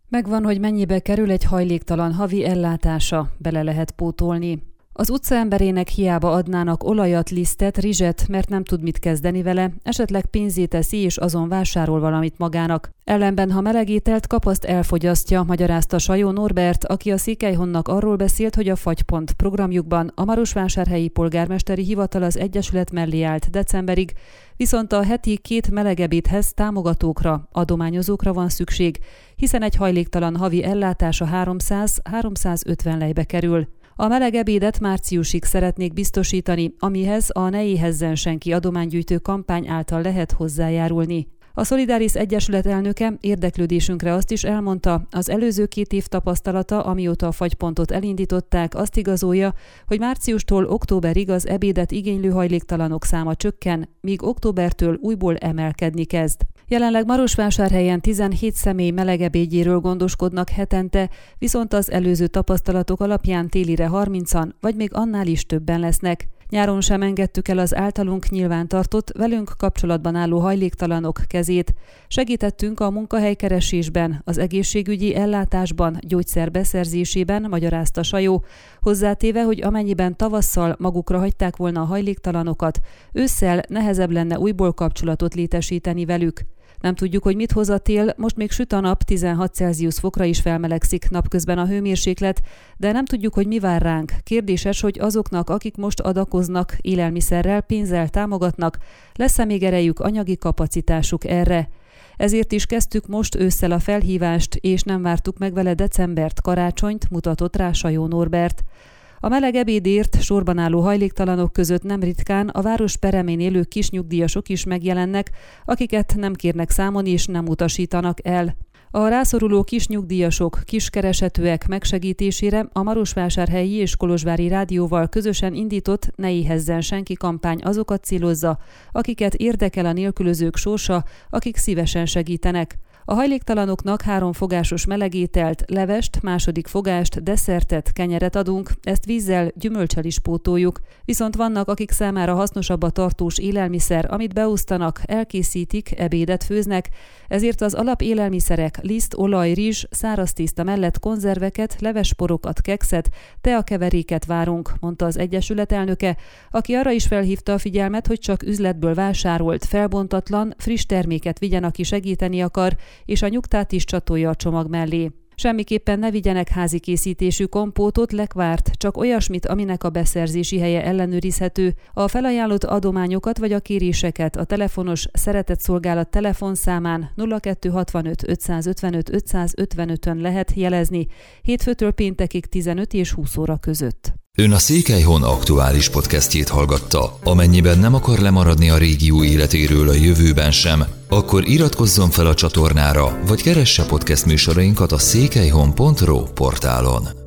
Megvan, hogy mennyibe kerül egy hajléktalan havi ellátása, bele lehet pótolni. Az utcaemberének hiába adnának olajat, lisztet, rizset, mert nem tud mit kezdeni vele, esetleg pénzét teszi és azon vásárol valamit magának. Ellenben, ha meleg ételt kap, azt elfogyasztja, magyarázta Sajó Norbert, aki a Székelyhonnak arról beszélt, hogy a Fagypont programjukban a Marosvásárhelyi Polgármesteri Hivatal az Egyesület mellé állt decemberig, viszont a heti 2 melegebédhez támogatókra, adományozókra van szükség, hiszen egy hajléktalan havi ellátása 300-350 lejbe kerül. A meleg ebédet márciusig szeretnék biztosítani, amihez a Ne éhezzen senki adománygyűjtő kampány által lehet hozzájárulni. A Szolidáris Egyesület elnöke érdeklődésünkre azt is elmondta, az előző 2 év tapasztalata, amióta a Fagypontot elindították, azt igazolja, hogy márciustól októberig az ebédet igénylő hajléktalanok száma csökken, míg októbertől újból emelkedni kezd. Jelenleg Marosvásárhelyen 17 személy melegebédjéről gondoskodnak hetente, viszont az előző tapasztalatok alapján télire 30-an, vagy még annál is többen lesznek. Nyáron sem engedtük el az általunk nyilvántartott, velünk kapcsolatban álló hajléktalanok kezét. Segítettünk a munkahelykeresésben, az egészségügyi ellátásban, gyógyszer beszerzésében, magyarázta Sajó, hozzátéve, hogy amennyiben tavasszal magukra hagyták volna a hajléktalanokat, ősszel nehezebb lenne újból kapcsolatot létesíteni velük. Nem tudjuk, hogy mit hoz a tél, most még süt a nap, 16 Celsius fokra is felmelegszik napközben a hőmérséklet, de nem tudjuk, hogy mi vár ránk. Kérdéses, hogy azoknak, akik most adakoznak, élelmiszerrel, pénzzel támogatnak, lesz-e még erejük, anyagi kapacitásuk erre? Ezért is kezdtük most ősszel a felhívást, és nem vártuk meg vele decembert, karácsonyt, mutatott rá Sajó Norbert. A meleg ebédért sorban álló hajléktalanok között nem ritkán a város peremén élő kisnyugdíjasok is megjelennek, akiket nem kérnek számon és nem utasítanak el. A rászoruló kisnyugdíjasok, kiskeresetűek megsegítésére a Marosvásárhelyi és Kolozsvári Rádióval közösen indított Ne éhezzen senki kampány azokat célozza, akiket érdekel a nélkülözők sorsa, akik szívesen segítenek. A hajléktalanoknak 3 fogásos melegételt, levest, második fogást, desszertet, kenyeret adunk, ezt vízzel, gyümölccsel is pótoljuk. Viszont vannak, akik számára hasznosabb a tartós élelmiszer, amit beosztanak, elkészítik, ebédet főznek, ezért az alapélelmiszerek, liszt, olaj, rizs, száraz tészta mellett konzerveket, levesporokat, kekszet, teakeveréket várunk, mondta az Egyesület elnöke, aki arra is felhívta a figyelmet, hogy csak üzletből vásárolt, felbontatlan, friss terméket vigyen, aki segíteni akar, és a nyugtát is csatolja a csomag mellé. Semmiképpen ne vigyenek házi készítésű kompótot, lekvárt, csak olyasmit, aminek a beszerzési helye ellenőrizhető. A felajánlott adományokat vagy a kéréseket a telefonos szeretetszolgálat telefonszámán 0265 555 555-ön lehet jelezni, hétfőtől péntekig 15 és 20 óra között. Ön a Székelyhon aktuális podcastjét hallgatta. Amennyiben nem akar lemaradni a régió életéről a jövőben sem, akkor iratkozzon fel a csatornára, vagy keresse podcast műsorainkat a székelyhon.ro portálon.